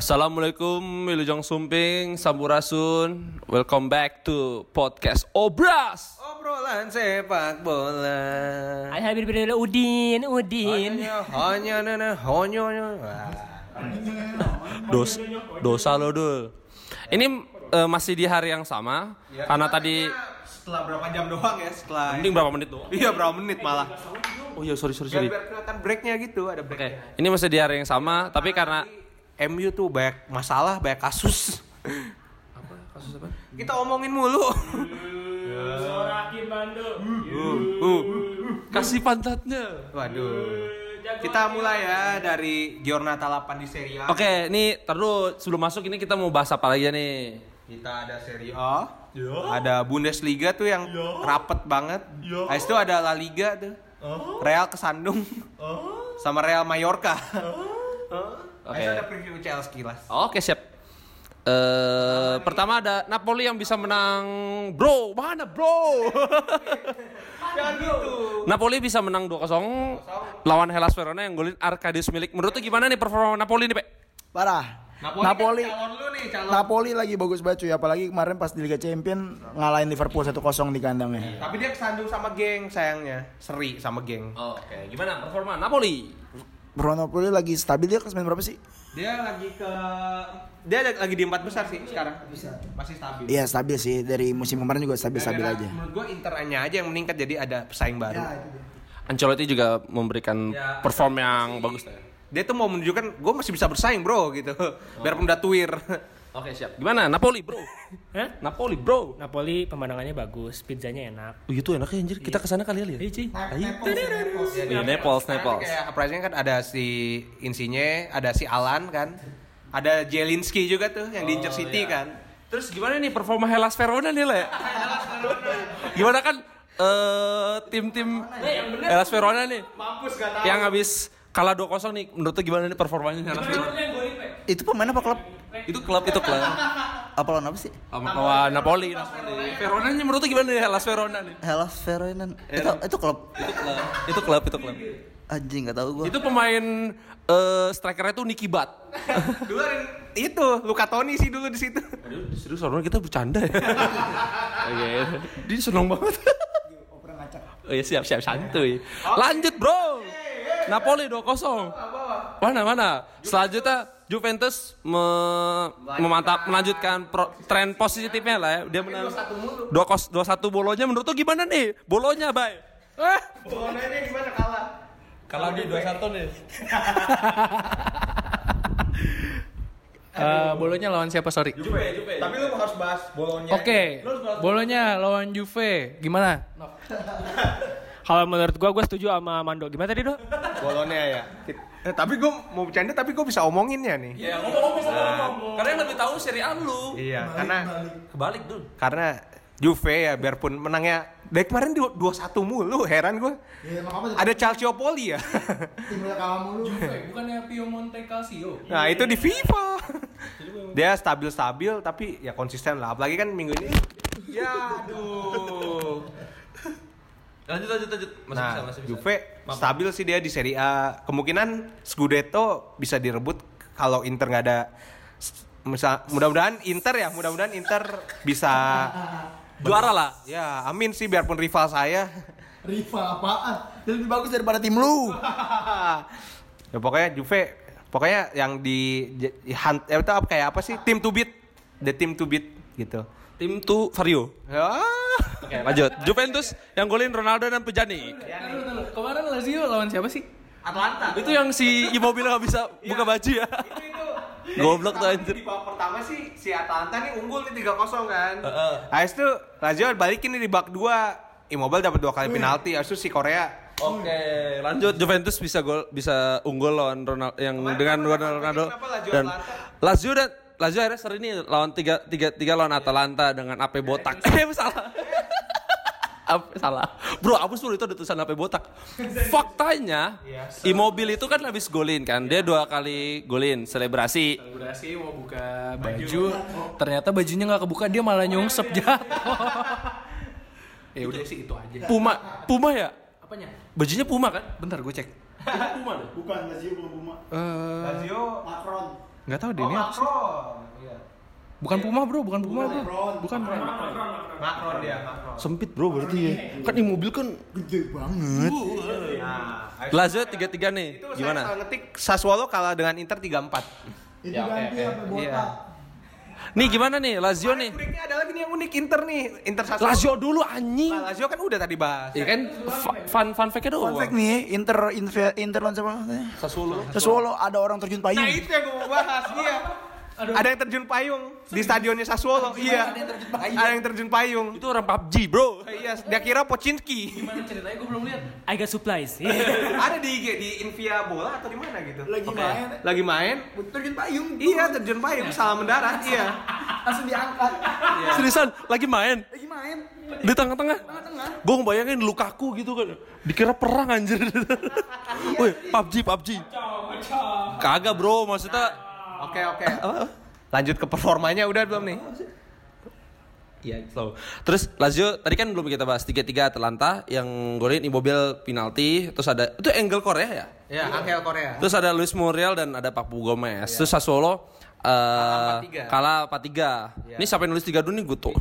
Assalamualaikum, Wilujeng Sumping, Sampurasun. Welcome back to podcast Obras. Obrolan sepak bola. Hai Udin. Hanya. Dosa lo dul. Ini masih di hari yang sama ya, karena tadi setelah berapa jam doang ya setelah. Mending berapa menit doang? Iya berapa menit malah. Oh iya sorry. Biar kelihatan breaknya gitu ada breaknya. Oke. Ini masih di hari yang sama, tapi karena MU tuh banyak masalah, banyak kasus. Apa? Kasus apa? Kita omongin mulu. Sorakin Bandung. Kasih pantatnya. Waduh. Kita mulai ya dari Giornata 8 di Serie A. Oke, nih terus sebelum masuk ini kita mau bahas apa lagi nih? Kita ada Serie A, ada Bundesliga tuh yang rapet banget. Habis itu ada La Liga tuh, Real kesandung, sama Real Mallorca. Habis itu ada preview Chelsea lah. Oke siap. Pertama ada Napoli yang bisa menang. Bro, mana bro? Jangan gitu. Napoli bisa menang 2-0 lawan Hellas Verona yang golin Arkadiusz Milik. Menurut tuh gimana nih performa Napoli nih, Pak? Parah. Napoli kan calon lu nih, calon. Napoli lagi bagus banget cuy, apalagi kemarin pas di Liga Champions ngalahin Liverpool 1-0 di kandangnya. Tapi dia kesandung sama geng sayangnya. Seri sama geng. Oke, gimana performa Napoli? Bro, Napoli lagi stabil, dia klasemen berapa sih? Dia lagi di 4 besar sih sekarang. Masih stabil. Iya stabil sih, dari musim kemarin juga stabil-stabil aja. Menurut gua Internya aja yang meningkat jadi ada pesaing baru. Ancelotti juga memberikan perform yang bagus. Dia tuh mau menunjukkan gue masih bisa bersaing bro gitu. Biarpun udah tuir. Oke siap. Gimana Napoli bro? Hah? Napoli bro. Napoli pemandangannya bagus, pizzanya enak. Oh gitu enaknya anjir. Kita kesana kali ya. Iya cuy. Di Naples. Kayak uprising kan ada si Insigne, ada si Alan kan. Ada Jelinski juga tuh yang di Inter City kan. Terus gimana nih performa Hellas Verona nih Le? Gimana kan tim-tim Hellas Verona nih? Mampus gak tahu. Yang habis kalah 2-0 nih, menurut tuh gimana nih performanya Hellas Verona? Itu pemain apa klub? Itu klub. Apa lawan apa sih? Wah, Napoli. Veronanya menurut tuh gimana nih Hellas Verona nih? Hellas Verona. Itu klub. Itu klub. Anjing enggak tahu gua. Itu pemain strikernya tuh Nicky Butt. Dulu itu Luka Toni sih dulu di situ. Aduh, serius orang kita bercanda ya. Oke. Dia seneng banget. Oh iya siap santuy. Lanjut bro. Napoli 2-0. Mana? Selanjutnya Juventus melanjutkan tren positifnya lah ya. Dia menang 2-1 Bolonya. Menurut tuh gimana nih? Bolonya, Bay? Bolanya gimana Kalah di 2-1 nih. Bolonya lawan siapa sorry? Juve. Tapi lu harus bahas Bolonya. Oke. Bolonya lawan Juve. Gimana? Kalau menurut gua setuju sama Mando. Gimana tadi, Do? Bolonya ya. Tapi gue mau bercanda tapi gue bisa omonginnya nih. Ya ngomong. Karena yang lebih tahu Serie A lu. Iya, karena kebalik dulu. Karena Juve ya biarpun menangnya dari kemarin 2-1 mulu, heran gue. Ya, ada Calciopoli ya. Timnya kalah mulu. Juve, bukannya Piemonte Calcio. Nah, itu di FIFA. Dia stabil tapi ya konsisten lah. Apalagi kan minggu ini. Ya aduh. Lanjut. Masih bisa. Juve stabil sih dia di Serie A. Kemungkinan Scudetto bisa direbut kalau Inter nggak ada. Mudah-mudahan Inter bisa juara lah. Ya, amin sih biarpun rival saya. Rival apaan? Dia lebih bagus daripada tim lu. Ya pokoknya yang di hunt itu kayak apa sih? Team to beat. The team to beat gitu. Tim tuh Vario. Ya. Oke, lanjut. Juventus yang golin Ronaldo dan Pjanic. Kemarin Lazio lawan siapa sih? Atlanta. Itu yang si Immobile nggak bisa buka baju ya. Itu. Goblok tuh anjir. Di babak pertama sih si Atalanta nih unggul nih 3-0 kan. Habis itu Lazio balikin nih di babak 2. Immobile dapat 2 kali penalti. Habis itu si Korea. Oke, lanjut. Juventus bisa unggul lawan Ronaldo yang dengan Ronaldo dan Lazio akhirnya seri nih lawan 3 lawan Atalanta dengan AP botak. Salah. Bro, hapus dulu itu ada tulisan AP botak. Faktanya Immobile itu kan habis golin kan. Dia 2 kali golin, selebrasi Mau buka baju, ternyata bajunya nggak kebuka, dia malah nyungsep jatuh. Ya udah sih itu aja. Puma ya? Apanya? Bajunya Puma kan? Bentar gue cek. Puma deh. Bukan Lazio belum Puma. Lazio Macron. Enggak tahu deh ini apa sih. Bukan Puma bro. Bukan. Macron dia, Macron. Sempit bro berarti ya. Kan ini mobil kan gede banget. Lazio 3-3 nih. Itu Gimana? saya ngetik Sassuolo kalah dengan Inter 3-4. Itu ganti apa botak? Nih gimana nih Lazio nih? Uniknya ada lagi nih yang unik Inter nih. Inter Sassuolo. Lazio dulu anjing. Nah, Lazio kan udah tadi bahas. Ya kan fun fact-nya doang. Fun fact nih, Inter lawan siapa? Sassuolo ada orang terjun payung. Nah itu yang gue mau bahas, iya. Ada yang terjun payung di stadionnya Sassuolo, iya. Ada yang terjun payung. Itu orang PUBG bro. Iya, dia kira Pochinki. Gimana ceritanya gue belum lihat. I got supplies. Ada di IG, di Invia Bola atau di mana gitu. Lagi main, Terjun payung. iya terjun payung, salah mendarat, iya. Langsung diangkat. Seriusan lagi main Lagi main. di tengah-tengah. Gue ngebayangin Lukaku gitu kan. Dikira perang anjir. Woi, PUBG. Kagak bro, maksudnya Oke. Lanjut ke performanya udah belum nih? Iya, so. Terus Lazio tadi kan belum kita bahas 3-3 Atalanta yang golin Immobile penalti, terus ada itu Angel Korea ya? Ya, Angel Korea. Terus ada Luis Muriel dan ada Papu Gomez. Terus Sassuolo kalah 4-3. Ini siapa yang nulis 3 dulu nih gue tuh.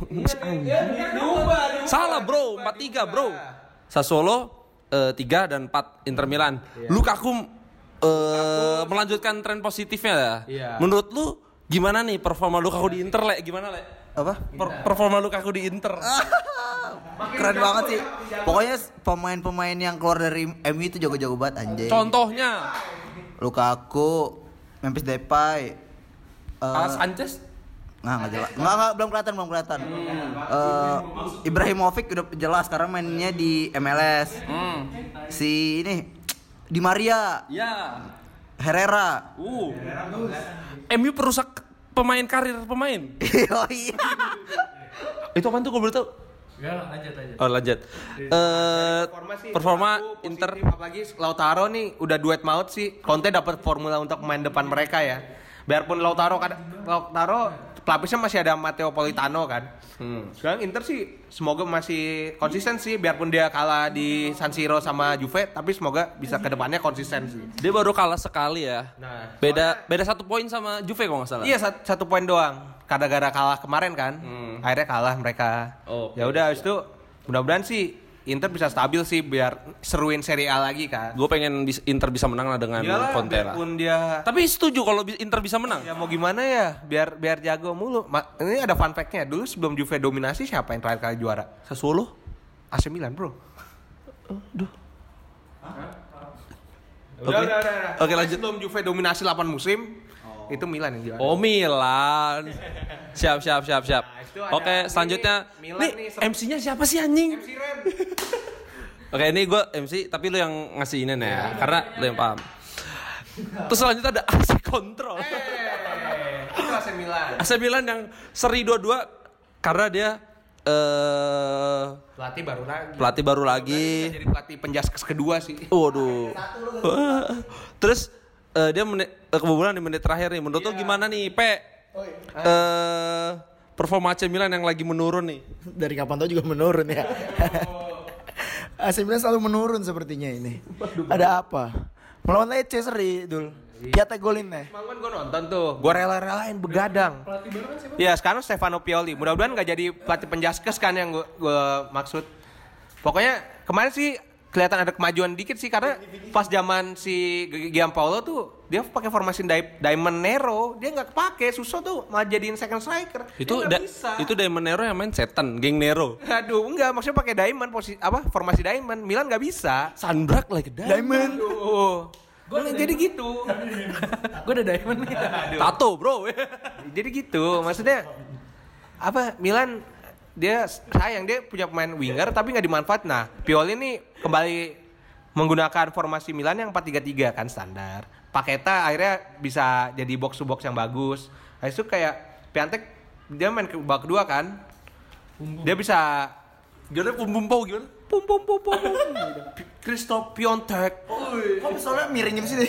Salah bro, 4-3 bro. Sassuolo 3 dan 4 Inter Milan. Lukaku melanjutkan tren positifnya ya. Iya. Menurut lu gimana nih performa Lukaku di Inter, Le? Gimana, Le? Apa? Performa Lukaku di Inter. Keren banget sih. Pokoknya pemain-pemain yang keluar dari MU itu jago-jago banget anjay. Contohnya Lukaku, Memphis Depay, Sanchez. nggak jelas. Nggak belum kelihatan. Ibrahimovic udah jelas karena mainnya di MLS. Si ini Di Maria, Ya. Herrera. MU perusak pemain karir pemain. Oh iya. Itu apaan tuh kalau boleh tahu? Lanjut aja. Oh lanjut. Performa Inter. Apalagi Lautaro nih udah duet maut sih. Conte dapat formula untuk pemain depan mereka ya. Biarpun Lautaro pelapisnya masih ada Matteo Politano kan. Sekarang Inter sih semoga masih konsisten sih, biarpun dia kalah di San Siro sama Juve, tapi semoga bisa ke depannya konsisten sih. Dia baru kalah sekali ya. Nah, beda 1 poin sama Juve kalau nggak salah. Iya, 1 poin doang. Gara-gara kalah kemarin kan. Akhirnya kalah mereka. Ya udah habis itu mudah-mudahan sih Inter bisa stabil sih biar seruin Serie A lagi kan. Gue pengen Inter bisa menang lah dengan Conte lah. Biarpun dia Tapi setuju kalau Inter bisa menang. ya mau gimana ya, biar jago mulu. Ini ada fun fact-nya. Dulu sebelum Juve dominasi siapa yang terakhir kali juara? Sassuolo? AC Milan, bro. Udah. Oke, lanjut. Sebelum Juve dominasi 8 musim, itu Milan yang juara. Oh Milan. Siap. itu ada Oke, selanjutnya. Milan Nih, nih, MC-nya siapa sih anjing? MC Ren. Oke, ini gue MC, tapi lu yang ngasih ini ya, karena lu yang paham. Terus selanjutnya ada AC Control. Itu AC Milan. AC Milan yang seri 2-2 karena dia Pelatih baru lagi. Jadi pelatih penjaskes kedua sih. waduh. Terus dia kebobolan di menit terakhir nih. Menurut lu gimana nih, Pe? Performa AC Milan yang lagi menurun nih. Dari kapan tau juga menurun ya. AC Milan selalu menurun sepertinya ini. Ada apa? Melawan Lecce seri, Dul. Piate golin nih. Kemarin gue nonton tuh, gue rela-relain begadang. Iya, sekarang Stefano Pioli. Mudah-mudahan nggak jadi pelatih penjaskes kan yang gue maksud. Pokoknya kemarin sih kelihatan ada kemajuan dikit sih karena pas zaman si Gianpaolo tuh dia pakai formasi Diamond Nero, dia nggak kepake. Suso tuh malah jadiin second striker. Itu itu Diamond Nero yang main setan, geng Nero. Aduh, enggak, maksudnya pakai Diamond formasi Diamond. Milan nggak bisa. Sunbrak like Diamond. Aduh. Jadi gitu. Gue udah diamond nih. Tato, bro. Jadi gitu, maksudnya Milan dia sayang dia punya pemain winger tapi nggak dimanfaat. Nah, Pioli nih kembali menggunakan formasi Milan yang 4-3-3 kan standar. Paketa akhirnya bisa jadi box to box yang bagus. Habis itu kayak Piatek dia main ke babak kedua kan. Dia bisa Gimana pum-pum gimana? pum Christoph Piontek. Kok soalnya miringin sih deh.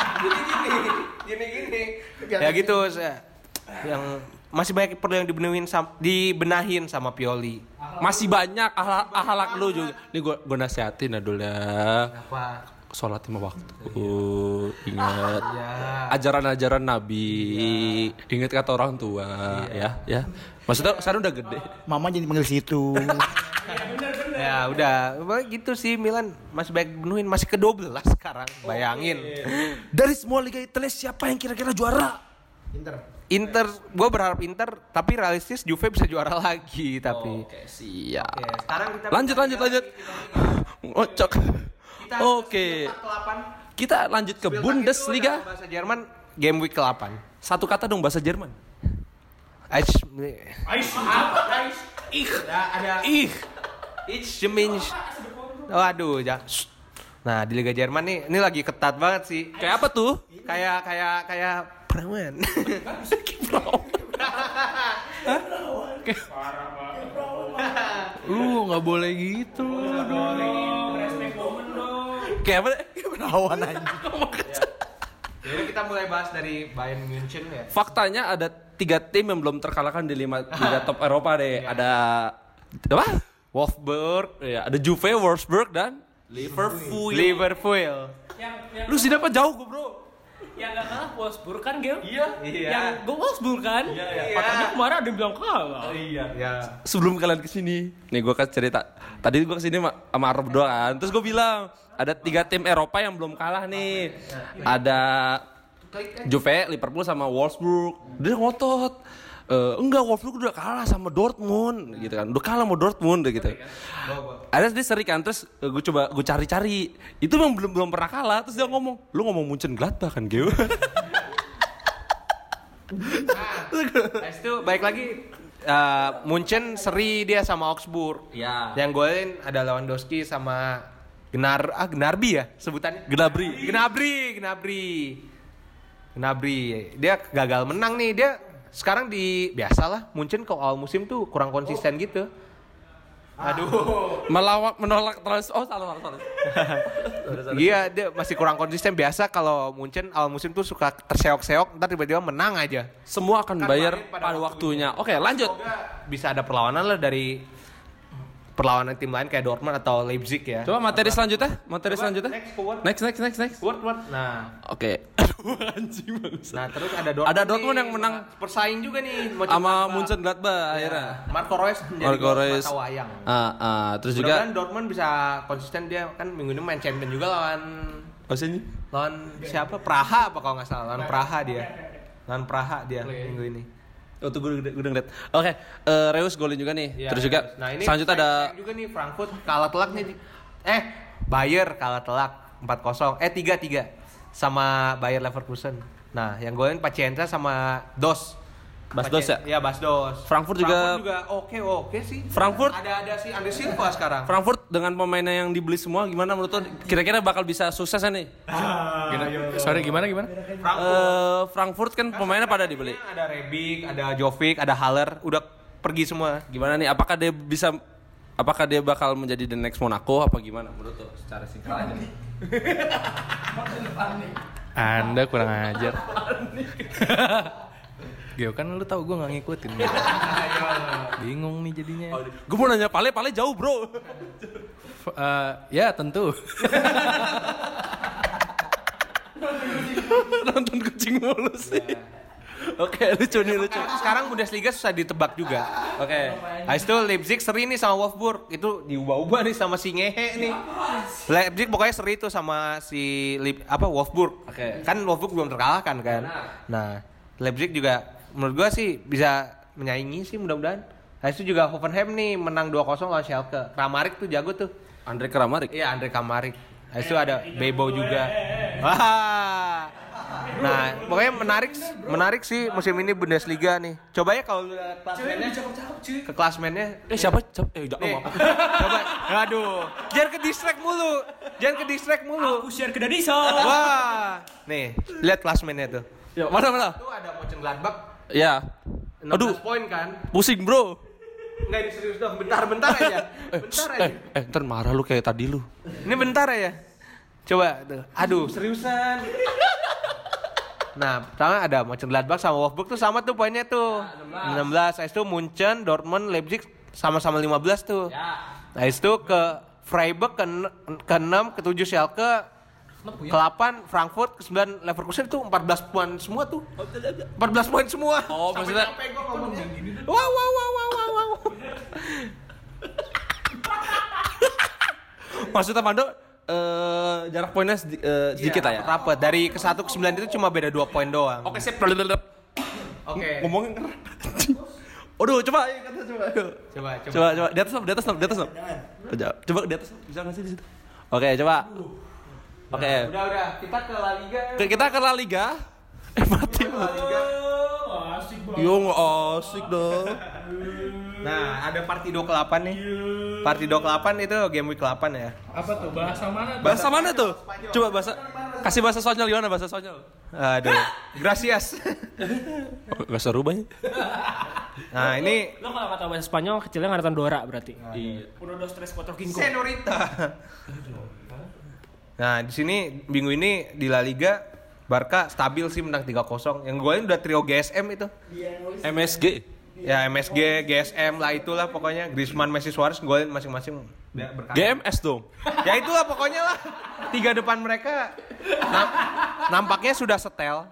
Gini. Ya gitu, yang masih banyak perlu yang dibenahin sama Pioli. Masih banyak ahlak lu juga. Nih gue nasihatin Adul ya. Apa? sholat 5 waktu. Ingat ajaran-ajaran Nabi, ingat kata orang tua, ya. Maksudnya sekarang udah gede. Mama jadi panggil situ. Ya udah, gitu sih Milan masih baik benuhin, masih ke-12 sekarang. Bayangin. Dari semua Liga Italia siapa yang kira-kira juara? Inter, gue berharap Inter, tapi realistis Juve bisa juara lagi tapi. Oke, siap. Oke, sekarang kita Lanjut. Ngocok. Oke. Kita lanjut ke Bundesliga. Bahasa Jerman game week ke-8. Satu kata dong bahasa Jerman. Ich means. Waduh, nah di Liga Jerman nih, ini lagi ketat banget sih. Kayak apa tuh? Kayak perawan. Lu nggak boleh gitu dong. Kayak apa? Perawan anjing. Jadi kita mulai bahas dari Bayern München ya. Faktanya ada 3 tim yang belum terkalahkan di 5 liga top Eropa deh. Ada apa? Wolfsburg, Ya, ada Juve, Wolfsburg dan Liverpool. Lu sih dapat jauh gue, Bro. Yang gak kalah Wolfsburg kan, Gil? Iya. Yang gue Wolfsburg kan? Iya. Katanya kemarin ada yang bilang kalah. Ya. Sebelum kalian kesini, nih gue kasih cerita. Tadi gue kesini sama Arab doang. Terus gue bilang ada 3 tim Eropa yang belum kalah nih. Ada Juve, Liverpool sama Wolfsburg. Dia ngotot. Enggak, Wolfsburg udah kalah sama Dortmund gitu kan. Udah kalah sama Dortmund gitu. Ada dia seri kan, terus gue cari-cari. Itu memang belum pernah kalah. Terus dia ngomong, lu ngomong Munchen Gladbach kan, Geo. Nah, itu baik lagi Munchen seri dia sama Augsburg. Iya. Yang golin ada Lewandowski sama Gnabry ya sebutannya. Gnabry. Dia gagal menang nih. Dia sekarang biasalah Munchen ke awal musim tuh kurang konsisten gitu. Aduh. Menolak terus. Oh, salah. Iya, dia masih kurang konsisten. Biasa kalau Munchen awal musim tuh suka terseok-seok, ntar tiba-tiba menang aja. Semua akan bayar pada waktunya. Oke, lanjut. Semoga bisa ada perlawanan lah dari perlawanan tim lain kayak Dortmund atau Leipzig ya. Coba materi selanjutnya. Next. Word. Nah, Oke. Anjing bagus. nah terus ada Dortmund. Ada Dortmund nih, yang menang bersaing juga nih sama Munchen Gladbach akhirnya. Marco Reus menjadi Marco Reus. mata wayang. Terus juga Mudah-mudahan Dortmund bisa konsisten, dia kan minggu ini main champion juga lawan siapa? Praha apa kalau nggak salah. Lawan Praha dia minggu ini. Oh tuh gue udah ngeliat. Oke, Reus golin juga nih. Ya, Terus juga nah, ini selanjutnya ada juga nih Frankfurt kalah telak nih. Bayer kalah telak 4-0. 3-3 sama Bayer Leverkusen. Nah, yang golin Pacienza sama Basdos ya? Iya, Basdos. Frankfurt juga oke sih. Frankfurt Ada si Andre Silva sekarang. Frankfurt dengan pemainnya yang dibeli semua gimana menurut lo? Kira-kira bakal bisa sukses nih? Sorry, gimana? Frankfurt kan pemainnya pada dibeli. Ada Rebic, ada Jovic, ada Haller, udah pergi semua. Gimana nih? Apakah dia bakal menjadi the next Monaco apa gimana menurut lo? Secara singkat aja nih. Anda kurang ajar. Geo kan lu tahu gue nggak ngikutin. Bingung nih jadinya. Gue mau nanya Pale jauh bro. Ya tentu. Nonton kucing mulu sih. Oke, lucu. Sekarang Bundesliga susah ditebak juga. Oke. Habis itu Leipzig seri nih sama Wolfsburg. Itu diubah-ubah nih sama si Ngehe nih. Leipzig pokoknya seri tuh sama si Wolfsburg. Oke. Kan Wolfsburg belum terkalahkan kan. Nah, Leipzig juga menurut gua sih bisa menyaingi sih mudah-mudahan. Habis itu juga Hoffenheim nih menang 2-0 lawan Schalke. Kramaric tuh jago tuh. Andre Kramaric. Iya, Andre Kramaric. Habis itu ada Bebo juga. Wah. Nah, pokoknya menarik sih musim ini Bundesliga nih. Coba ya kalau lihat klasmennya. Ke klasmennya. Siapa? Nih, coba. Aduh, jangan ke distract mulu. Aku share ke Danisa. Wah. Nih, lihat klasmennya tuh. Ya, mana? Tuh ada Mönchengladbach. Ya. 16 Aduh, poin kan? pusing bro. Enggak, ini serius dong. Bentar aja. Ntar marah lu kayak tadi lu. Ini bentar aja. Coba tuh. Aduh, seriusan. Nah, pertama ada Mönchengladbach sama Wolfsburg tuh sama tuh poinnya tuh. 16. Habis itu Munchen, Dortmund, Leipzig sama-sama 15 tuh. Habis itu ke Freiburg ke 6, ke 7 Schalke, ke-8 Frankfurt, ke-9 Leverkusen itu 14 poin semua tuh. 14 poin semua. Oh, maksudnya Wow. Maksudnya Mando jarak poinnya sedikit lah ya. Rapet. Dari ke-1 ke-9 itu cuma beda 2 poin doang. Oke, sip. Oke. Ngomongin keren. Aduh, coba. Coba. Di atas. Coba di atas. Bisa nggak sih di situ? Oke, coba. Oke. Udah. Kita ke La Liga. Kita ke La Liga. Mati. Asik banget. Yo, nggak asik dong. Nah, ada Partido ke-8 nih. Partido ke-8 itu game week ke-8 ya. Apa tuh? Bahasa mana? Bahasa mana tuh? Coba kasih bahasa Spanyol gimana bahasa Spanyol? Aduh. Gracias. Gak seru banget. Nah, ini Lo kalau kata bahasa Spanyol kecilnya ngaretan Dora berarti. Iya. Uno dos tres cuatro cinco. Senorita. Nah, di sini minggu ini di La Liga Barca stabil sih menang 3-0. Yang golin udah trio GSM itu. MSG. Ya MSG, GSM lah itulah pokoknya. Griezmann, Messi, Suarez golin masing-masing. GMS dong. Ya itulah pokoknya lah. 3 depan mereka nampaknya sudah setel.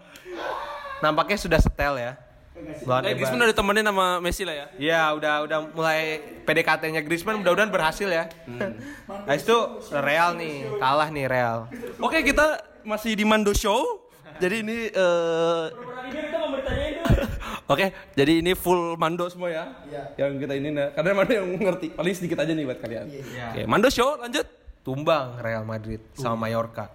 Ya. Griezmann udah ditemenin sama Messi lah ya. Iya, udah mulai PDKT-nya Griezmann mudah-mudahan berhasil ya. Nah, itu Real nih, kalah nih Real. Oke, kita masih di Mando Show. Jadi ini Oke, jadi ini full Mando semua ya. Yang kita ini karena Mando yang ngerti. Paling sedikit aja nih buat kalian. Oke, Mando Show lanjut. Tumbang Real Madrid sama Mallorca.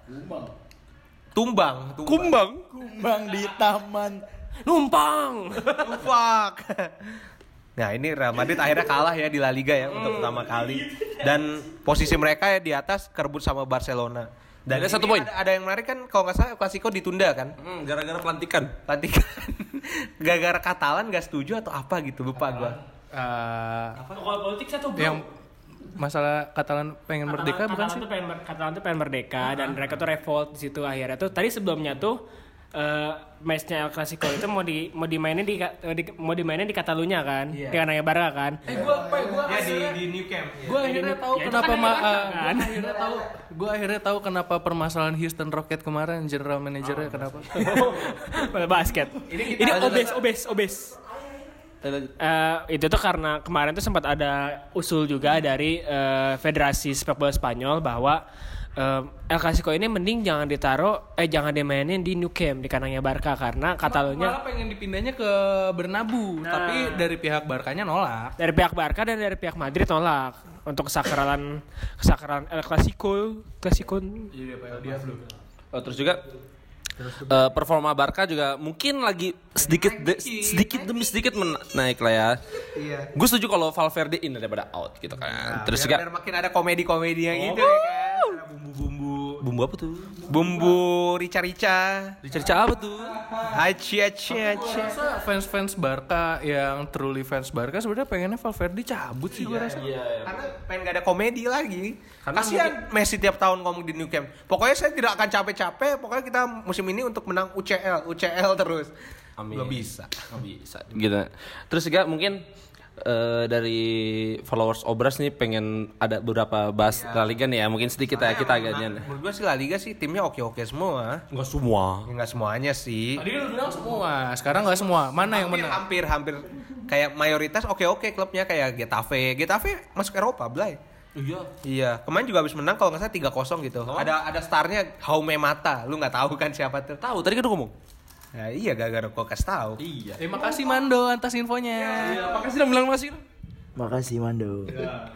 Tumbang. Kumbang. Kumbang di taman. Numpang. Fuck. Nah, ini Real Madrid akhirnya kalah ya di La Liga ya untuk pertama kali. Dan posisi mereka ya di atas kerebut sama Barcelona. Dan ada 1 poin. poin. Ada yang menarik kan kalau nggak salah Clasico ditunda kan? Gara-gara pelantikan. Gara-gara Katalan nggak setuju atau apa gitu, lupa gua. Kalau politik saya tuh Yang masalah Katalan pengen merdeka bukan sih? Katalan tuh pengen merdeka dan mereka tuh revolt di situ akhirnya tuh. Tadi sebelumnya tuh matchnya El Clasico itu mau dimainin di Catalunya kan, di kandangnya Barca kan. Ya di New Camp. Gue akhirnya tahu Ya, itu kenapa kan gue akhirnya tahu kenapa permasalahan Houston Rocket kemarin general manajernya kenapa. Basket. Ini obes. Itu tuh karena kemarin tuh sempat ada usul juga dari Federasi Sepak Bola Spanyol bahwa El Clasico ini mending jangan dimainin di Nou Camp di kandangnya Barca karena Catalunya Malah pengen dipindahnya ke Bernabeu, tapi dari pihak Barkanya nolak. dari pihak Barca dan dari pihak Madrid nolak untuk kesakralan El Clasico. Iya, Pak dia belum. Terus juga performa Barca juga mungkin lagi sedikit demi sedikit naik lah ya. Iya. Gue setuju kalau Valverde in daripada out gitu kan. Terus juga Biar makin ada komedi-komedi yang itu ya kan. Ada bumbu apa tuh? bumbu rica-rica. Dicerca apa tuh? Aci. Masa fans Barca yang truly fans Barca sebenarnya pengennya Valverde cabut sih gue rasa. Karena pengen gak ada komedi lagi. Kasihan Messi tiap tahun ngomong di New Camp. Pokoknya saya tidak akan capek-capek. Pokoknya kita musim ini untuk menang UCL terus. Amin. Gak bisa. Gitu. Terus juga mungkin dari followers Obras nih pengen ada beberapa bahas La Liga nih ya. Mungkin sedikit ya kita agaknya. Menurut gue sih La Liga sih timnya oke-oke semua. Enggak semua. Ya, nggak semuanya sih. Tadi lu bilang semua, sekarang nggak semua. Mana yang menang? Hampir kayak mayoritas oke klubnya kayak Getafe masuk Eropa, Blay. Iya, kemarin juga habis menang kalau nggak salah 3-0 gitu. Ada starnya Jaume Mata, lu nggak tahu kan siapa tuh? Tahu tadi kan udah ngomong. Ya iya gara-gara gua kasih tahu. Iya. Terima kasih Mando atas infonya. Makasih udah bilang makasih. Makasih Mando.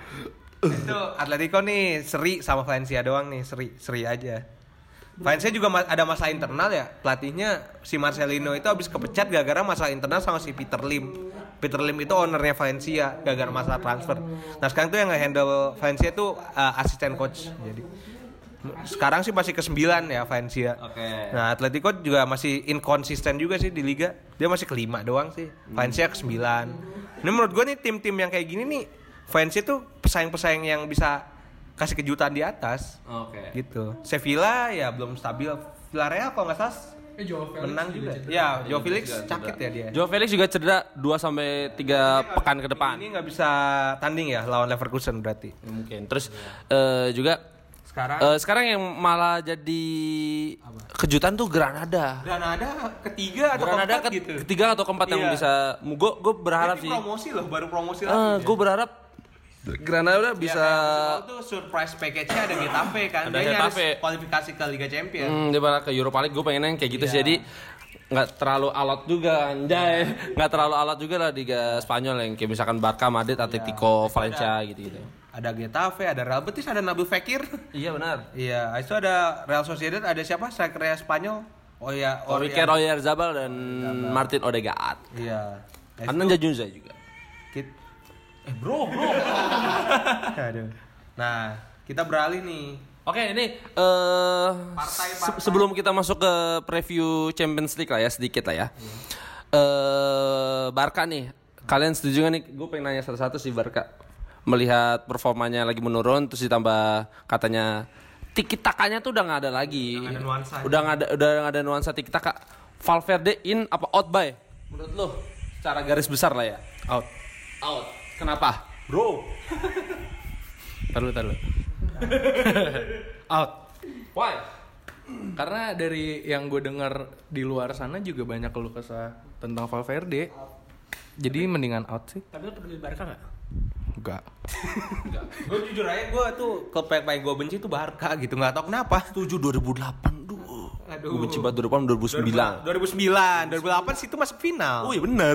Itu Atletico nih seri sama Valencia doang nih, seri aja. Valencia juga ada masalah internal ya. Pelatihnya si Marcelino itu habis kepecat gara-gara masalah internal sama si Peter Lim. Peter Lim itu ownernya Valencia gara-gara masalah transfer. Nah sekarang tuh yang nge-handle Valencia tuh asisten coach. Jadi sekarang sih masih ke-9 ya Valencia. Oke. Nah Atletico juga masih inkonsisten juga sih di Liga. Dia masih ke-5 doang sih. Valencia ke-9. Ini menurut gue nih tim-tim yang kayak gini nih Valencia tuh pesaing-pesaing yang bisa kasih kejutan di atas. Oke. Gitu. Sevilla ya belum stabil. Villarreal kalau nggak salah menang juga. Ya, Joao Felix sakit ya dia. Joao Felix juga cedera 2-3 pekan ke depan. Ini nggak bisa tanding ya lawan Leverkusen berarti. Mungkin. Terus juga Sekarang yang malah jadi kejutan tuh Granada ketiga atau keempat gitu. Ketiga atau keempat yang bisa. Gue berharap sih. Baru promosi lagi. Gue berharap Granada bisa. Itu surprise package-nya ada Getafe kan. Ada Dia harus Getafe. kualifikasi ke Liga Champions. Dia malah ke Europa League. Gue pengennya yang kayak gitu sih. Jadi nggak terlalu alot juga anjay. Nggak terlalu alot juga lah Liga Spanyol yang kayak misalkan Barca, Madrid, Atletico, Valencia gitu-gitu. Ada Getafe, ada Real Betis, ada Nabil Fekir. Iya benar. Iya, itu ada Real Sociedad, ada siapa? Striker Spanyol. Iker Oyarzabal dan Martin Odegaard. Iya. Adnan Januzaj juga. Bro. Aduh. Nah, kita beralih nih. Oke, ini sebelum kita masuk ke preview Champions League lah ya, sedikit lah ya. Barca nih, kalian setuju gak nih? Gue pengen nanya satu-satu sih Barca. Melihat performanya lagi menurun, terus ditambah katanya tiki-takanya tuh udah nggak ada lagi. Udah nggak ada nuansa tiki-taka. Valverde in apa out by? Menurut lo, secara garis besar lah ya. Out. Kenapa? Bro. Taruh. Out. Why? Karena dari yang gue dengar di luar sana juga banyak keluh kesah tentang Valverde. Jadi mendingan out sih. Tapi lu peduli Barca nggak? Enggak. Gue jujur aja, gue tuh klub yang paling gue benci tuh Barca gitu, nggak tahu kenapa. 2008 dulu. Gue benci banget 2008 2009. 2008 situ masuk final. Oh iya benar.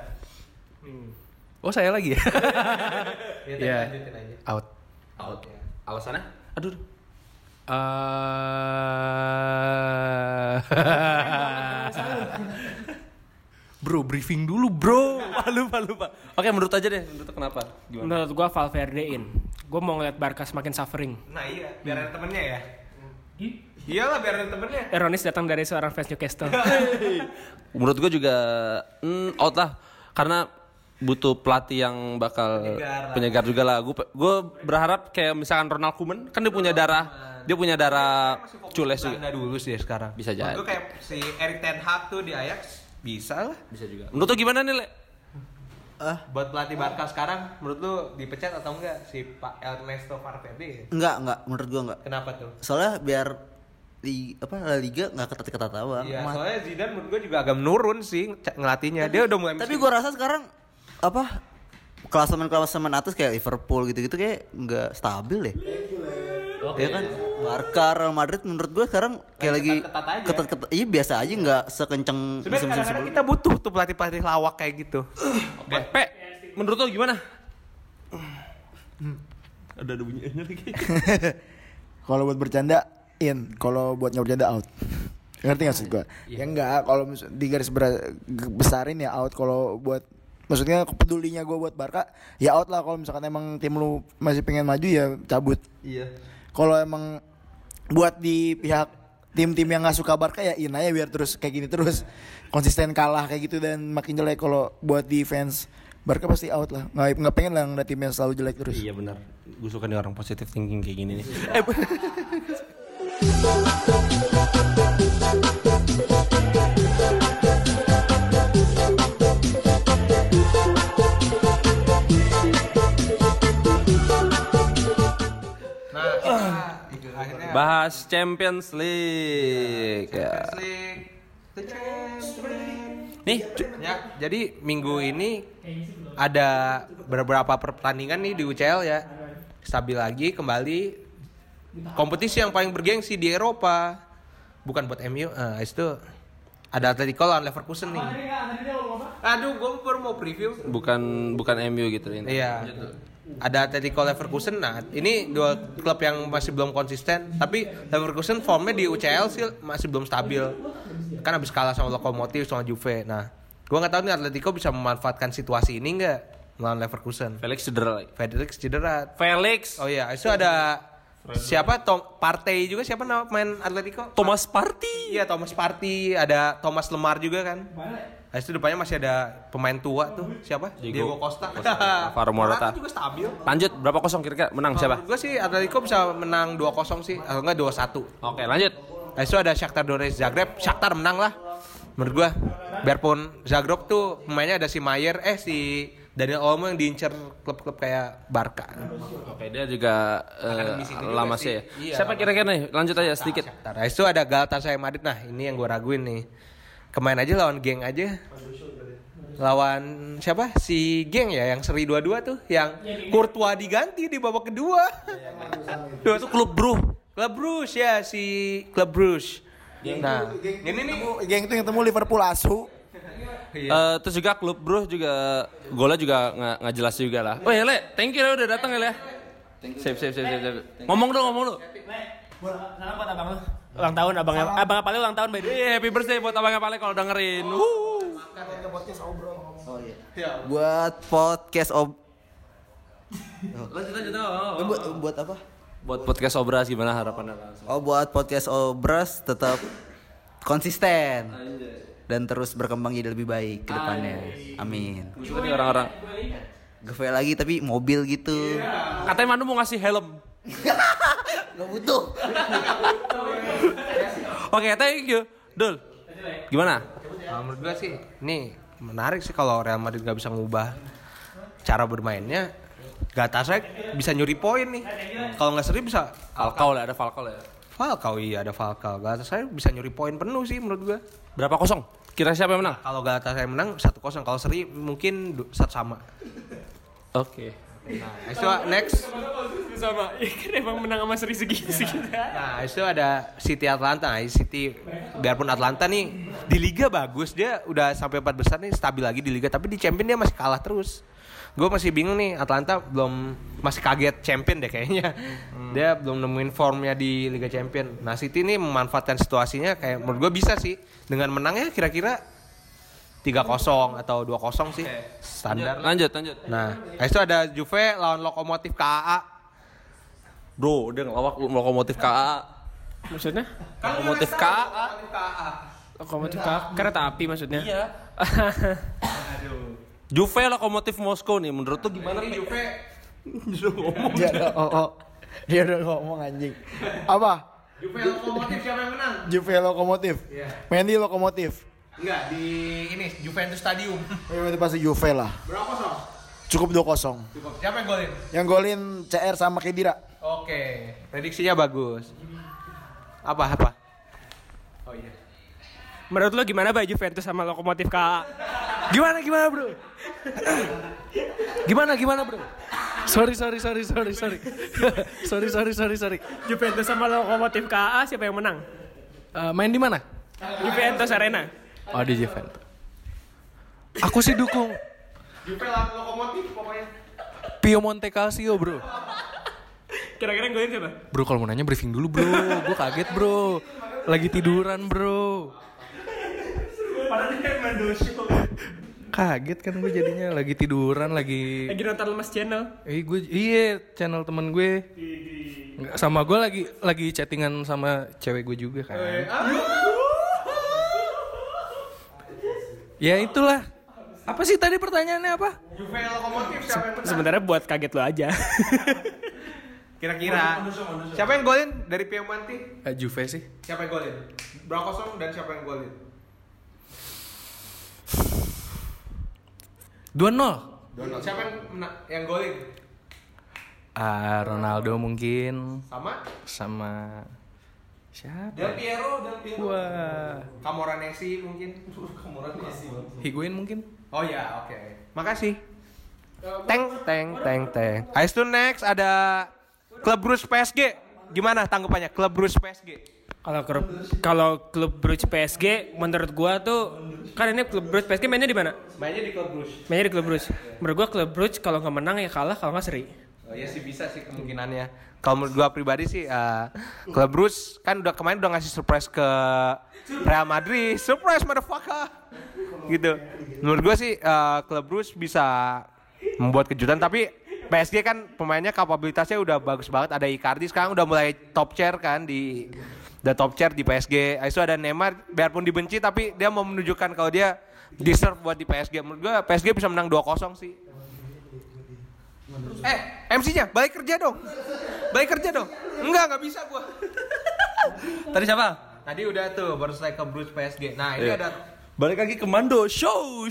Oh saya lagi ya? Ya, lanjutin aja. Out. Alasannya? Aduh. Bro, briefing dulu bro. Lupa. Oke, menurut aja deh. Menurut kenapa? Gimana? Menurut gua Valverde in. Gua mau ngeliat Barca semakin suffering. Nah iya, biar ada temennya ya. Iyalah biar ada temennya. Ironis datang dari seorang fans Newcastle. Menurut gue juga out lah. Karena butuh pelatih yang bakal penyegar juga lah. Gue berharap kayak misalkan Ronald Koeman, kan dia punya darah cules juga. Nggak dulu sih ya sekarang. Bisa jadi. Gue kayak si Erik ten Hag tuh di Ajax bisa lah. Bisa juga. Menurut lu gimana nih, Le? Buat pelatih Barca sekarang, menurut lu dipecat atau enggak si Pak Ernesto Valverde? Enggak, menurut gua enggak. Kenapa tuh? Soalnya biar La Liga enggak ketat-ketat amat. Iya, soalnya Zidane menurut gua juga agak menurun sih ngelatihnya. Dia udah mulai. Tapi gua rasa sekarang klasemen atas kayak Liverpool gitu-gitu kayak enggak stabil deh. Ya kan? Barca, Real Madrid menurut gue sekarang kayak lagi ketat-ketat. Iya biasa aja nggak sekenceng musim-musim sebelumnya. Kita butuh tuh pelatih lawak kayak gitu. Pe, menurut lo gimana? Ada bunyinya lagi. Kalau buat bercanda in, kalau buat nggak bercanda out. Ngerti nggak sih gue? Ya enggak, kalau di garis besarin ya out. Kalau buat maksudnya kepedulinya gue buat Barca ya out lah. Kalau misalkan emang tim lu masih pengen maju ya cabut. Iya. Kalau emang buat di pihak tim-tim yang nggak suka Barca ya in aja biar terus kayak gini terus konsisten kalah kayak gitu dan makin jelek. Kalau buat di fans Barca pasti out lah, nggak pengen lah ngeliat tim yang selalu jelek terus. Iya benar, gue suka nih orang positive thinking kayak gini nih. Bahas Champions League. Nih, ya, jadi minggu ini ada beberapa pertandingan nih di UCL ya. Stabil lagi kembali. Kompetisi yang paling bergengsi di Eropa. Bukan buat MU. Itu ada Atletico lawan Leverkusen nih. Aduh, gue baru mau preview. Bukan MU gitu ini. Iya. Ada Atletico Leverkusen. Nah, ini dua klub yang masih belum konsisten. Tapi Leverkusen formnya di UCL sih masih belum stabil. Kan habis kalah sama Lokomotif sama Juve. Nah, gue nggak tahu nih Atletico bisa memanfaatkan situasi ini nggak melawan Leverkusen. Felix cedera. Oh iya, itu ada siapa? Partey juga siapa nama main Atletico? Thomas Partey. Iya, Thomas Partey. Ada Thomas Lemar juga kan. Nah, itu depannya masih ada pemain tua tuh. Siapa? Diego Costa. Alvaro Morata juga stabil. Lanjut, berapa kosong kira-kira menang siapa? Menurut gue sih Atletico bisa menang 2-0 sih, atau enggak 2-1. Oke, lanjut. Nah, itu ada Shakhtar Donetsk Zagreb. Shakhtar menang lah. Menurut gue. Biarpun Zagreb tuh pemainnya ada si Daniel Olmo yang diincar klub-klub kayak Barca. Oke, dia juga lama sih ya. Iya, Siapa kira-kira nih? Lanjut aja sedikit. Nah, itu ada Galatasaray Madrid. Nah, ini yang gue raguin nih. Kemarin aja lawan geng aja. Lawan siapa? Si geng ya yang seri 2-2 tuh, yang Courtois diganti di babak kedua. Itu klub bro. Klub Brugge ya, si Klub Brugge. Nah, ini nih Geng itu yang temu Liverpool asu. Terus juga klub bro juga golnya juga nggak jelas juga lah. Oh ya Le, thank you udah datang ya Le. Sip. Ngomong dong. Salam buat abang lu. Ulang tahun abangnya. Abang Pale ulang tahun by the way. Iya, happy birthday buat abangnya Pale kalau dengerin. Buat podcast Lanjut. buat apa? Buat podcast Obras gimana harapannya langsung? Oh, buat podcast Obras tetap konsisten dan terus berkembang jadi lebih baik ke depannya. Amin. Suka nih orang-orang. Geve lagi tapi mobil gitu. Katanya Manu mau ngasih helm. Gak butuh. Oke, thank you. Dul. Gimana? menurut gue sih nih menarik sih kalau Real Madrid gak bisa ngubah cara bermainnya. Galatasaray bisa nyuri poin nih. Kalau nggak seri bisa Falcao lah, ada Falcao ya. Falcao, iya ada Falcao. Galatasaray bisa nyuri poin penuh sih menurut gue. Berapa kosong? Kira siapa yang menang? Kalau Galatasaray menang 1-0, kalau seri mungkin 1 sama. Oke. Nah, itu next. Sama. Ya kan emang menang sama seri segitu. Nah, itu ada City Atlanta. Nah, City biarpun Atlanta nih di liga bagus, dia udah sampai 4 besar nih, stabil lagi di liga, tapi di champion dia masih kalah terus. Gue masih bingung nih, Atlanta masih kaget champion deh kayaknya. Dia belum nemuin formnya di Liga Champion. Nah, City ini memanfaatkan situasinya kayak menurut gue bisa sih dengan menangnya kira-kira 3-0 atau 2-0 sih. Standar. Lanjut. Nah, itu ada Juve lawan Lokomotif KAA. Bro, dia ngelawak Lokomotif KA. Maksudnya? Lokomotif KA. Lokomotif kereta api maksudnya? Iya. Juve Lokomotif Moskow nih, menurut tuh gimana nih Juve? Dia udah ngomong anjing. Apa? Juve Lokomotif siapa yang menang? Juve Lokomotif. Iya. Mendy Lokomotif. Enggak, di ini Juventus Stadium. Itu pasti Juve lah. Berapa kosong? Cukup 2-0. Siapa yang golin? Yang golin CR sama Khedira. Oke, prediksinya bagus. Apa? Oh iya. Menurut lo gimana Bay Juventus sama Lokomotif KA? Gimana bro? Gimana bro? Sorry. Sorry. Juventus sama Lokomotif KA siapa yang menang? Main di mana? Juventus Arena. Oh, di Juventus. Aku sih dukung Juve lawan Lokomotif pokoknya. Pio Monte Calcio, bro. Kira-kira yang golin siapa? Bro, kalau mau nanya briefing dulu, bro. Gue kaget, bro. Lagi tiduran, bro. Kaget kan gue jadinya, lagi tiduran, lagi nonton Lemas Channel. Iya, channel temen gue. Sama gue lagi chattingan sama cewek gue juga kan. Ya itulah. Apa sih tadi pertanyaannya apa? Juve Lokomotif siapa yang menang? Sebenarnya buat kaget lo aja. Kira-kira siapa yang golin dari Piemonte? Juve sih. Siapa yang golin? Berapa kosong dan siapa yang golin? 2-0. Siapa yang golin? Ronaldo mungkin. Sama Siapa? Del Piero. Wah. Camoranesi mungkin. Higuain mungkin. Oh ya, oke. Makasih. Teng. Habis itu next ada Klub Brugge PSG. Gimana tanggapannya Klub Brugge PSG? Kalau klub Brugge PSG menurut gua tuh kan ini klub Brugge PSG mainnya di mana? Mainnya di Klub Brugge. Mainnya di klub Brugge. Menurut gua klub Brugge kalau nggak menang ya kalah, kalau nggak seri. Oh iya sih bisa sih kemungkinannya. Kalau menurut gua pribadi sih Klub Brugge kan kemarin udah ngasih surprise ke Real Madrid. Surprise motherfucker. Gitu. Menurut gua sih Klub Brugge bisa membuat kejutan, tapi PSG kan pemainnya kapabilitasnya udah bagus banget. Ada Icardi sekarang udah mulai top chair kan di top chair di PSG. Itu ada Neymar biarpun dibenci tapi dia mau menunjukkan kalau dia deserve buat di PSG. Menurut gua PSG bisa menang 2-0 sih. MC-nya balik kerja dong. Enggak bisa gua. Tadi siapa? Tadi udah tuh baru selesai ke Brugge PSG. Nah, ini ada Balik lagi ke Mando show.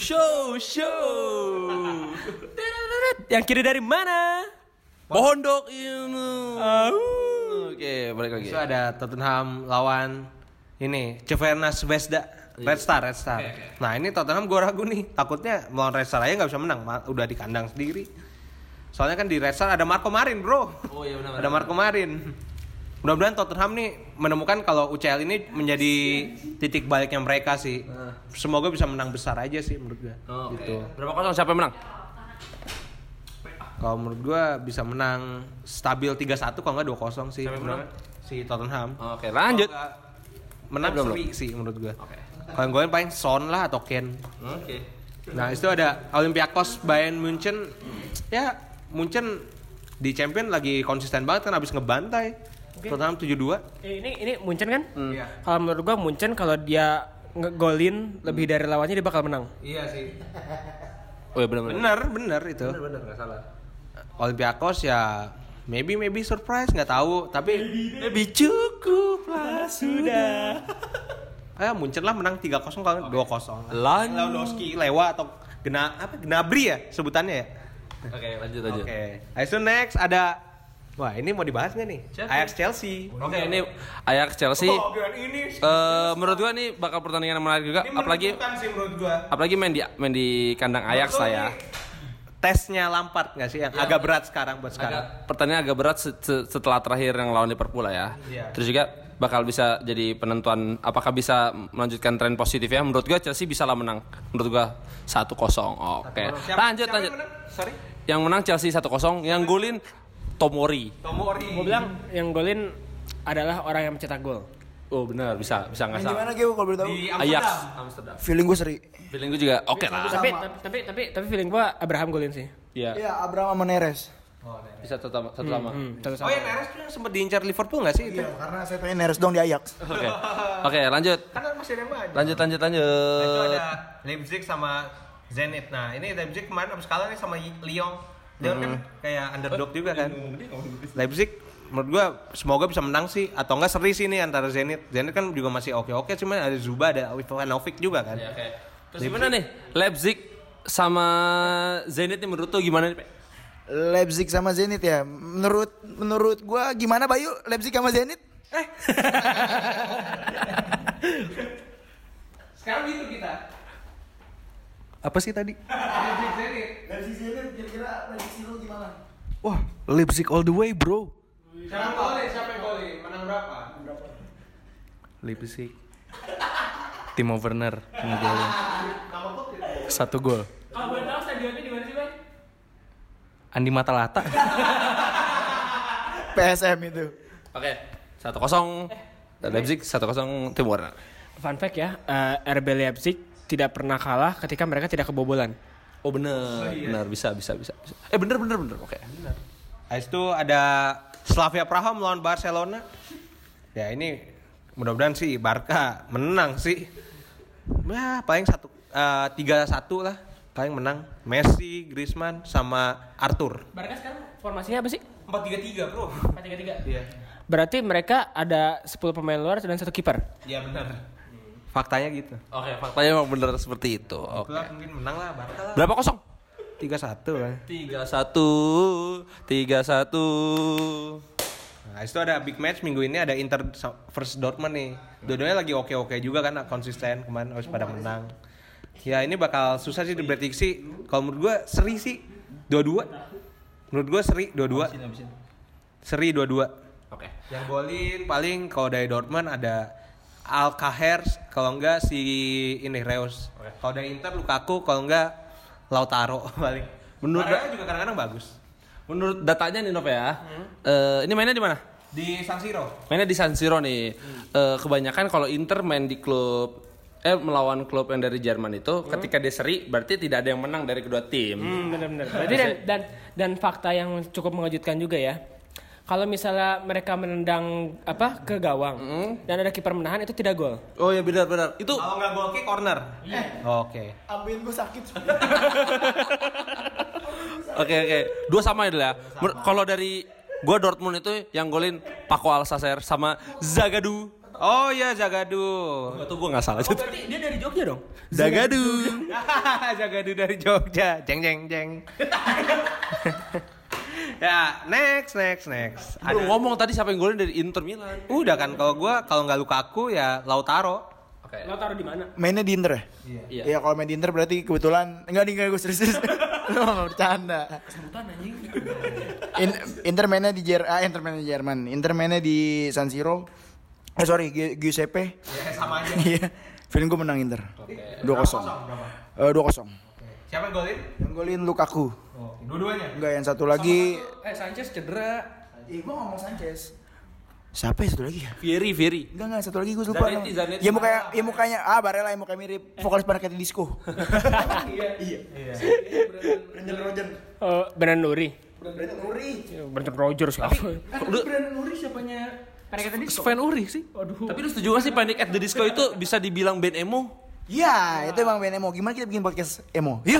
Yang kiri dari mana? Pondok Ilmu. Oke, balik lagi. Itu ada Tottenham lawan ini Cevernaz Zvezda. Red Star. Nah ini Tottenham gue ragu nih. Takutnya melawan Red Star aja gak bisa menang. Udah di kandang sendiri. Soalnya kan di Red Star ada Marco Marin bro. Oh iya benar. Ada Marco Marin. Mudah-mudahan Tottenham nih menemukan kalau UCL ini menjadi titik baliknya mereka sih. Semoga bisa menang besar aja sih menurut gue. Gitu. Berapa kosong siapa yang menang? Kalau menurut gue bisa menang stabil 3-1 kalau nggak 2-0 sih. Siapa yang menang? Si Tottenham. Oke, lanjut. Kalau nggak menang Belum. seri sih menurut gue. Oke. Kalau gue paling Son lah atau Ken. Oke. Nah itu ada Olympiakos Bayern Munchen. Ya Munchen di Champion lagi konsisten banget kan abis ngebantai. Tottenham 7-2. Ini Munchen kan? Iya. Kalau menurut gua Munchen kalau dia ngegolin lebih dari lawannya dia bakal menang. Iya sih. Oh iya benar. Bener itu. Benar enggak salah. Olympiakos ya maybe surprise nggak tahu tapi Lebih cukup lah sudah. Munchen lah menang 3-0 kalau 2-0. Lewandowski, Lewa atau Gnabry ya sebutannya ya. Oke, lanjut. Oke. So next ada wah ini mau dibahas nggak nih? Ajax Chelsea. Oke, ini Ajax Chelsea. Menurut gua nih bakal pertandingan yang menarik juga, sih menurut gua. apalagi main di kandang Ajax lah ya. Tesnya Lampard nggak sih yang agak berat sekarang buat sekarang. Pertandingan agak berat setelah terakhir yang lawan Liverpool lah ya. Iya. Terus juga bakal bisa jadi penentuan apakah bisa melanjutkan tren positif ya. Menurut gua Chelsea bisa lah menang. Menurut gua 1-0. Oke. Lanjut. Sorry. Yang menang Chelsea 1-0, yang golin Tomori. Gue bilang yang golin adalah orang yang mencetak gol. Oh benar, bisa nggak Main salah. gimana Gio kalau boleh tahu? Di Ajax Amsterdam. Feeling gue seri. Feeling gue juga oke lah. Tapi feeling gue Abraham golin sih. Iya. Iya, Abraham sama Neres. Bisa satu sama. Oh ya Neres tuh yang sempat diincar Liverpool nggak sih? Iya, karena saya pengen Neres dong di Ajax. Oke, lanjut. Kan masih ada yang banyak. Lanjut. Itu ada Leipzig sama Zenit. Nah ini Leipzig kemarin abis kalah nih sama Lyon. Lyon kan kayak underdog juga kan. Leipzig menurut gua semoga bisa menang sih atau enggak seri sih nih antara Zenit. Zenit kan juga masih oke cuman ada Zuba ada Ivanovic juga kan. Ya, oke. Terus gimana nih? Leipzig sama Zenit nih menurut tuh gimana nih, Pe? Leipzig sama Zenit ya. Menurut gua gimana Bayu? Leipzig sama Zenit? Sekarang gitu kita. Apa sih tadi? Leipzig Zenit kira-kira prediksi lu gimana? Wah, Leipzig all the way, bro. Siapa yang boleh? Menang berapa? Leipzig. Timo Werner ngegolin. 1 gol. Kalau boleh tahu stadionnya di mana sih, Bang? Andi Matalata. PSM itu. Oke. 1-0. Leipzig 1-0 Timo Werner. Fun fact ya, RB Leipzig tidak pernah kalah ketika mereka tidak kebobolan. Oh bener. Bener bisa. Bener. Oke. Habis itu ada Slavia Praha melawan Barcelona. Ya ini mudah-mudahan sih Barca menang sih. Ya paling 3-1 lah. Paling menang Messi, Griezmann sama Arthur. Barca sekarang formasinya apa sih? 4-3-3 bro. 4-3-3. Iya. Berarti mereka ada 10 pemain luar dan 1 kiper. Iya benar. Faktanya gitu. Oke, faktanya memang bener seperti itu. Oke. Itulah mungkin menang lah Barca lah. Berapa kosong? 3-1 lah. 3-1. Nah, itu ada big match minggu ini ada Inter versus Dortmund nih. Dua-duanya lagi oke juga kan konsisten kemarin harus pada menang. Ya ini bakal susah sih diprediksi. Kalau menurut gue seri sih 2-2. Menurut gue seri 2-2. Seri 2-2. Oke. Yang golin paling kalau dari Dortmund ada Alcacer, kalau enggak si ini Reus. Kalau dari Inter Lukaku, kalau enggak Lautaro paling. Menurut juga kadang-kadang bagus. Menurut datanya nih Nov ya. Ini mainnya di mana? Di San Siro. Mainnya di San Siro nih. Kebanyakan kalau Inter main di klub melawan klub yang dari Jerman itu ketika dia seri berarti tidak ada yang menang dari kedua tim. Benar-benar. Berarti dan fakta yang cukup mengejutkan juga ya. Kalau misalnya mereka menendang ke gawang dan ada kiper menahan itu tidak gol. Oh ya benar. Itu Kalau nggak gol kick corner. Oke. Ambil gue sakit. Oke. 2 sama itu ya. Kalau dari gua Dortmund itu yang golin Paco Alcacer sama Zagadou. Oh iya, Zagadu. Atau gue nggak salah. Oh, berarti dia dari Jogja dong? Zagadu. Zagadu dari Jogja. Jeng. Ya, next. Belum ngomong tadi siapa yang golin dari Inter Milan. Udah kan, kalau nggak Lukaku ya Lautaro. Oke. Lo taruh di mana? Mainnya di Inter ya? Iya. Iya, kalau main di Inter berarti kebetulan enggak gue serius. Lu enggak bercanda. Sebutan anjing. Inter mainnya di Jerman. Inter mainnya di San Siro. Giuseppe. Ya, sama aja. Iya. Feeling gue menang Inter. 2-0. 2-0. Siapa yang golin? Yang golin Lukaku. Oh, dua-duanya. Enggak, yang satu lagi. Sanchez cedera. Gue ngomong Sanchez. Siapa ya satu lagi ya? Fieri. Enggak, satu lagi gue lupa. Zanetti. Ya mukanya Barella yang mukanya mirip vokalis Panic! At the Disco. Iya. Brendan Rodgers. Brendan Nuri. Brendan Rodgers siapa? Brandon Uri siapanya? Sven Uri sih. Aduh. Tapi lu setuju gak sih Panic! At the Disco itu bisa dibilang band emo? Iya, itu emang band emo. Gimana kita bikin podcast emo? Yuk.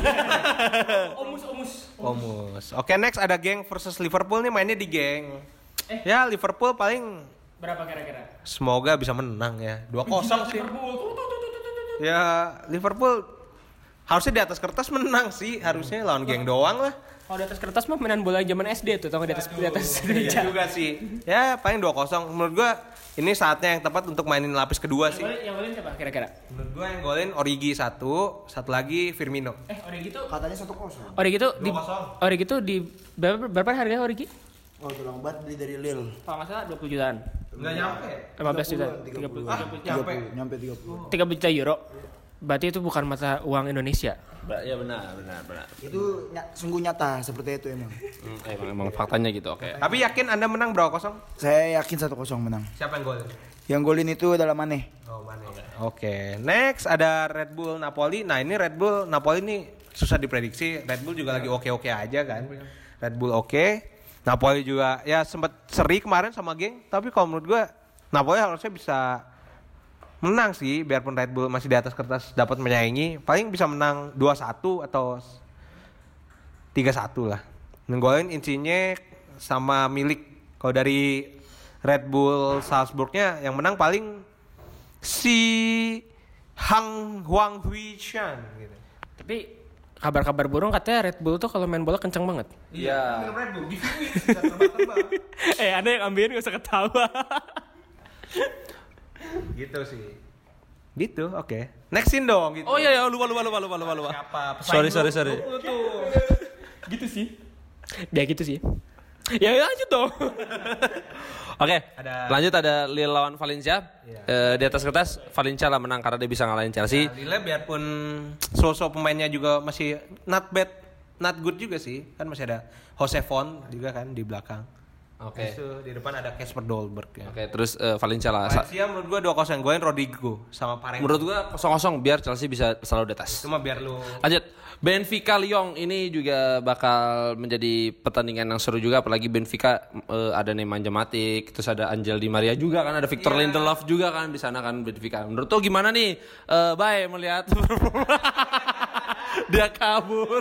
Omus. Oke, next ada geng versus Liverpool nih, mainnya di geng. Ya, Liverpool paling Berapa kira-kira? semoga bisa menang ya. 2-0 sih. Ya, Liverpool harusnya di atas kertas menang sih. Harusnya lawan geng doang lah. Kalau di atas kertas mah mainan bola zaman SD tuh, tau nggak di atas meja. Iya juga sih. Ya, paling 2-0. Menurut gua ini saatnya yang tepat untuk mainin lapis kedua sih. Yang golin siapa kira-kira? Menurut gua yang golin Origi satu lagi Firmino. Origi tuh Katanya 1-0. Origi tuh di 2-0. Origi tuh di berapa harganya Origi? Oh, itu lama banget beli dari Lille. Kalau nggak salah 20 jutaan. Enggak nyampe. 15 juta. 30. Nyampe 30. 30 juta euro. Berarti itu bukan mata uang Indonesia. Ya benar. Itu sungguh nyata seperti itu emang. Emang faktanya gitu. Oke. Tapi yakin Anda menang berapa 0? Saya yakin 1-0 menang. Siapa yang golin? Yang golin itu adalah Mane. Oh, Mane. Oke, next ada Red Bull Napoli. Nah, ini Red Bull Napoli ini susah diprediksi. Red Bull juga lagi oke-oke aja kan. Red Bull oke. Napoli juga ya sempat seri kemarin sama geng, tapi kalau menurut gua Napoli harusnya bisa menang sih, biarpun Red Bull masih di atas kertas dapat menyaingi, paling bisa menang 2-1 atau 3-1 lah. Nggolin Insigne sama Milik. Kalau dari Red Bull Salzburgnya yang menang paling si Huang Huishan gitu. Tapi kabar-kabar burung katanya Red Bull tuh kalau main bola kenceng banget. Iya. Red Bull bisa terbang-terbang. Ada yang ambilin gak usah ketawa. Gitu sih. Gitu, oke. Nextin dong gitu. Oh iya, lupa. Siapa? Sorry. Gitu sih. Dia gitu sih. Ya lanjut dong. Oke, lanjut ada Lille lawan Valencia. Di atas kertas Valencia lah menang karena dia bisa ngalahin Chelsea. Nah, Lille biarpun sosok pemainnya juga masih not bad, not good juga sih. Kan masih ada Jose Font juga kan di belakang. Oke. Di depan ada Casper Dolberg ya. Oke, terus Valencia lah. Valencia menurut gua 2-0 golin Rodrigo sama Paredes. Menurut gua 0-0 biar Chelsea bisa selalu di atas. Cuma biar lu Lanjut, Benfica Lyon ini juga bakal menjadi pertandingan yang seru juga, apalagi Benfica ada Nemanja Matic, terus ada Angel Di Maria juga kan, ada Victor Lindelof juga kan di sana kan Benfica. Menurut tuh gimana nih? Bay melihat dia kabur.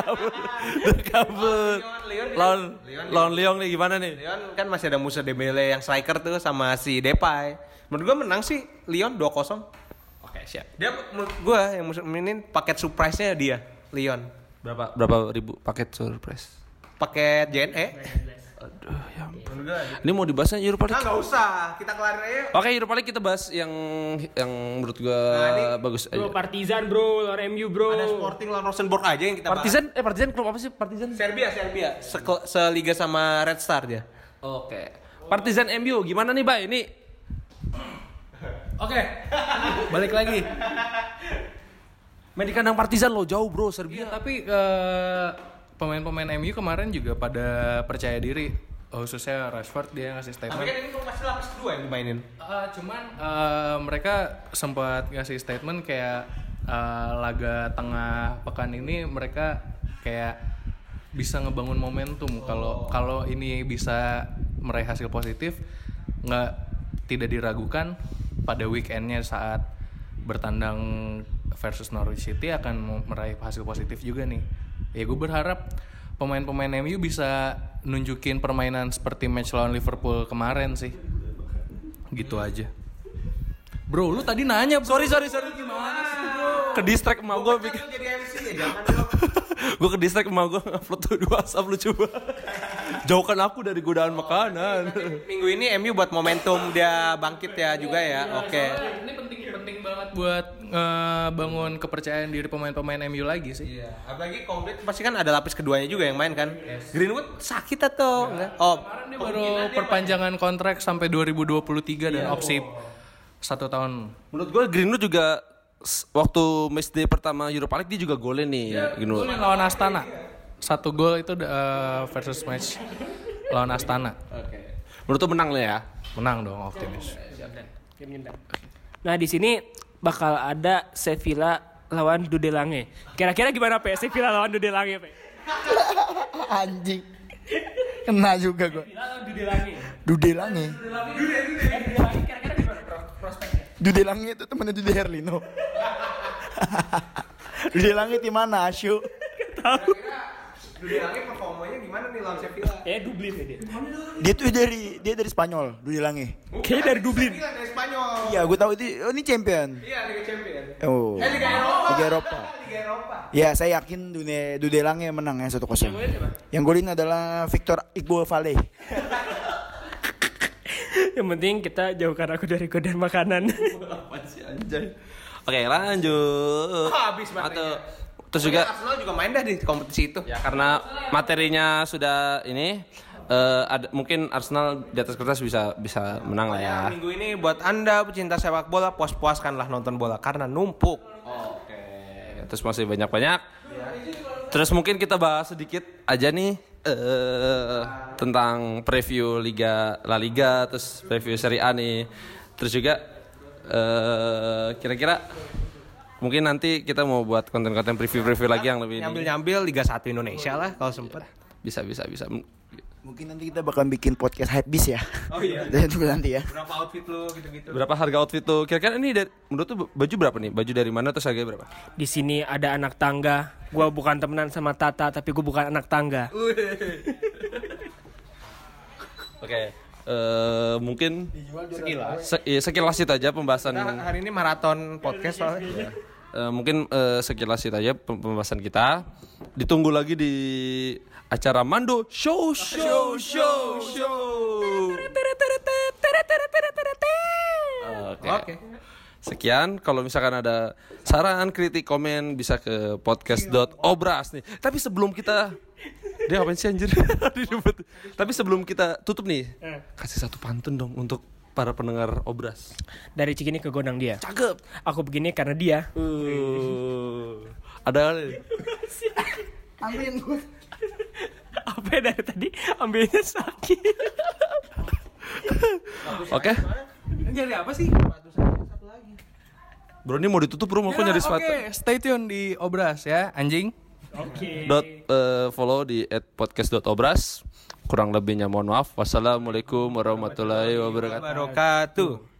Lawan Lyon nih gimana nih? Lyon kan masih ada Moussa Dembele yang striker tuh sama si Depay. Menurut gua menang sih Lyon 2-0. Oke, siap. Dia menurut gua yang mainin paket surprise-nya dia, Lyon. Berapa ribu paket surprise? Paket JNE. Aduh, ya ampun. Ini mau dibahasnya Europa League. Enggak usah, kita kelarin aja. Oke, Europa League kita bahas yang menurut gua bagus aja. Bro, Partizan bro, lawan MU bro. Ada Sporting lawan Rosenborg aja yang kita bahas. Partizan klub apa sih? Partizan Serbia. Seliga sama Red Star dia. Oke. Partizan MU gimana nih, Bay? Ini Oke. Balik lagi. main di kandang Partizan lo jauh, Bro, Serbia. Iya, tapi pemain-pemain MU kemarin juga pada percaya diri, khususnya Rashford, dia ngasih statement. Tapi kan ini pasti lapis kedua yang dimainin. Cuman mereka sempat ngasih statement kayak laga tengah pekan ini mereka kayak bisa ngebangun momentum. Kalau ini bisa meraih hasil positif, tidak diragukan pada weekendnya saat bertandang versus Norwich City akan meraih hasil positif juga nih. Ya gue berharap pemain-pemain MU bisa nunjukin permainan seperti match lawan Liverpool kemarin sih. Gitu aja. Bro, lu tadi nanya bro. Sorry gimana sih bro? Ke distract emak gue bikin. Jadi MC ya jangan. Gue ke distract emak gue upload tuh 2 WhatsApp lu coba. Jauhkan aku dari godaan makanan. Minggu ini MU buat momentum dia bangkit ya juga ya. Oke. Ini penting banget buat bangun kepercayaan diri pemain-pemain MU lagi sih. Iya. Apalagi komplit pasti kan ada lapis keduanya juga yang main kan. Greenwood sakit atau enggak? Oh, Kemarin dia baru perpanjangan kontrak sampai 2023 dan opsi 1 tahun. Menurut gue Greenwood juga waktu matchday pertama Europa League dia juga golin nih. Greenwood. Golin lawan Astana. 1 gol itu versus match lawan Astana. Menurut tuh menang lah ya. Menang dong, optimis. Nah di sini bakal ada Sevilla lawan Dudelange. Kira-kira gimana Pe? Sevilla lawan Dudelange Pe? Anjing. Kena juga gue. Sevilla lawan Dudelange. Dudelange. Dudelange kira-kira gimana prospeknya? Dudelange itu temannya Dude Herlino. Dudelange di mana Asyu? Dudelange performanya gimana nih lawan Sevilla? Dublin ya dia. Dia dari Spanyol, Dudelange. Kayaknya dari Dublin. Sevilla dari Spanyol. Iya, gue tahu itu ini champion. Iya, Liga Champion. Oh. Liga Eropa. Liga Eropa. Liga Eropa. Ya, saya yakin Dudelange menang ya 1-0. Yang golin adalah Victor Iqbal. Yang penting kita jauhkan aku dari godaan makanan. Apaan sih anjay. Oke, lanjut. Habis baterainya. Terus juga Arsenal juga main dah di kompetisi itu. ya karena materinya sudah ini ada mungkin Arsenal di atas kertas bisa menang lah ya. Minggu ini buat Anda pecinta sepak bola puas-puaskanlah nonton bola karena numpuk. Oke. Terus masih banyak-banyak. Terus mungkin kita bahas sedikit aja nih tentang preview La Liga, terus preview Serie A nih. Terus juga kira-kira mungkin nanti kita mau buat konten-konten preview lagi yang lebih Nyambil-nyambil Liga 1 Indonesia lah kalau sempet. bisa. Mungkin nanti kita bakal bikin podcast Hypebeast ya. Oh iya. Dan tunggu nanti ya. Berapa outfit lu gitu-gitu. Berapa harga outfit tuh? Kira-kira ini menurut tuh baju berapa nih? Baju dari mana terus harganya berapa? Di sini ada anak tangga. Gua bukan temenan sama Tata, tapi gua bukan anak tangga. Oke. Mungkin Sekilas. sekilas itu aja pembahasan. Nah, hari ini maraton podcast soalnya. Mungkin sekilas itu aja pembahasan kita. Ditunggu lagi di acara Mando Show. Oke. Sekian, kalau misalkan ada saran, kritik, komen bisa ke podcast.obras nih. Tapi sebelum kita dia ngapain sih anjir? Tapi sebelum kita tutup nih, kasih satu pantun dong untuk para pendengar Obras. Dari Cikini ke Gondang dia. Cakep. Aku begini karena dia. Ada Ambilin gue. Apa ya dari tadi ambilnya sakit. Oke. Jadi apa sih? Bro ini mau ditutup bro, mau aku nyari sepatu. Oke, stay tune di Obras ya, anjing. Oke. Follow di @podcast.obras. Kurang lebihnya mohon maaf. Wassalamualaikum warahmatullahi wabarakatuh. Wabarakatuh.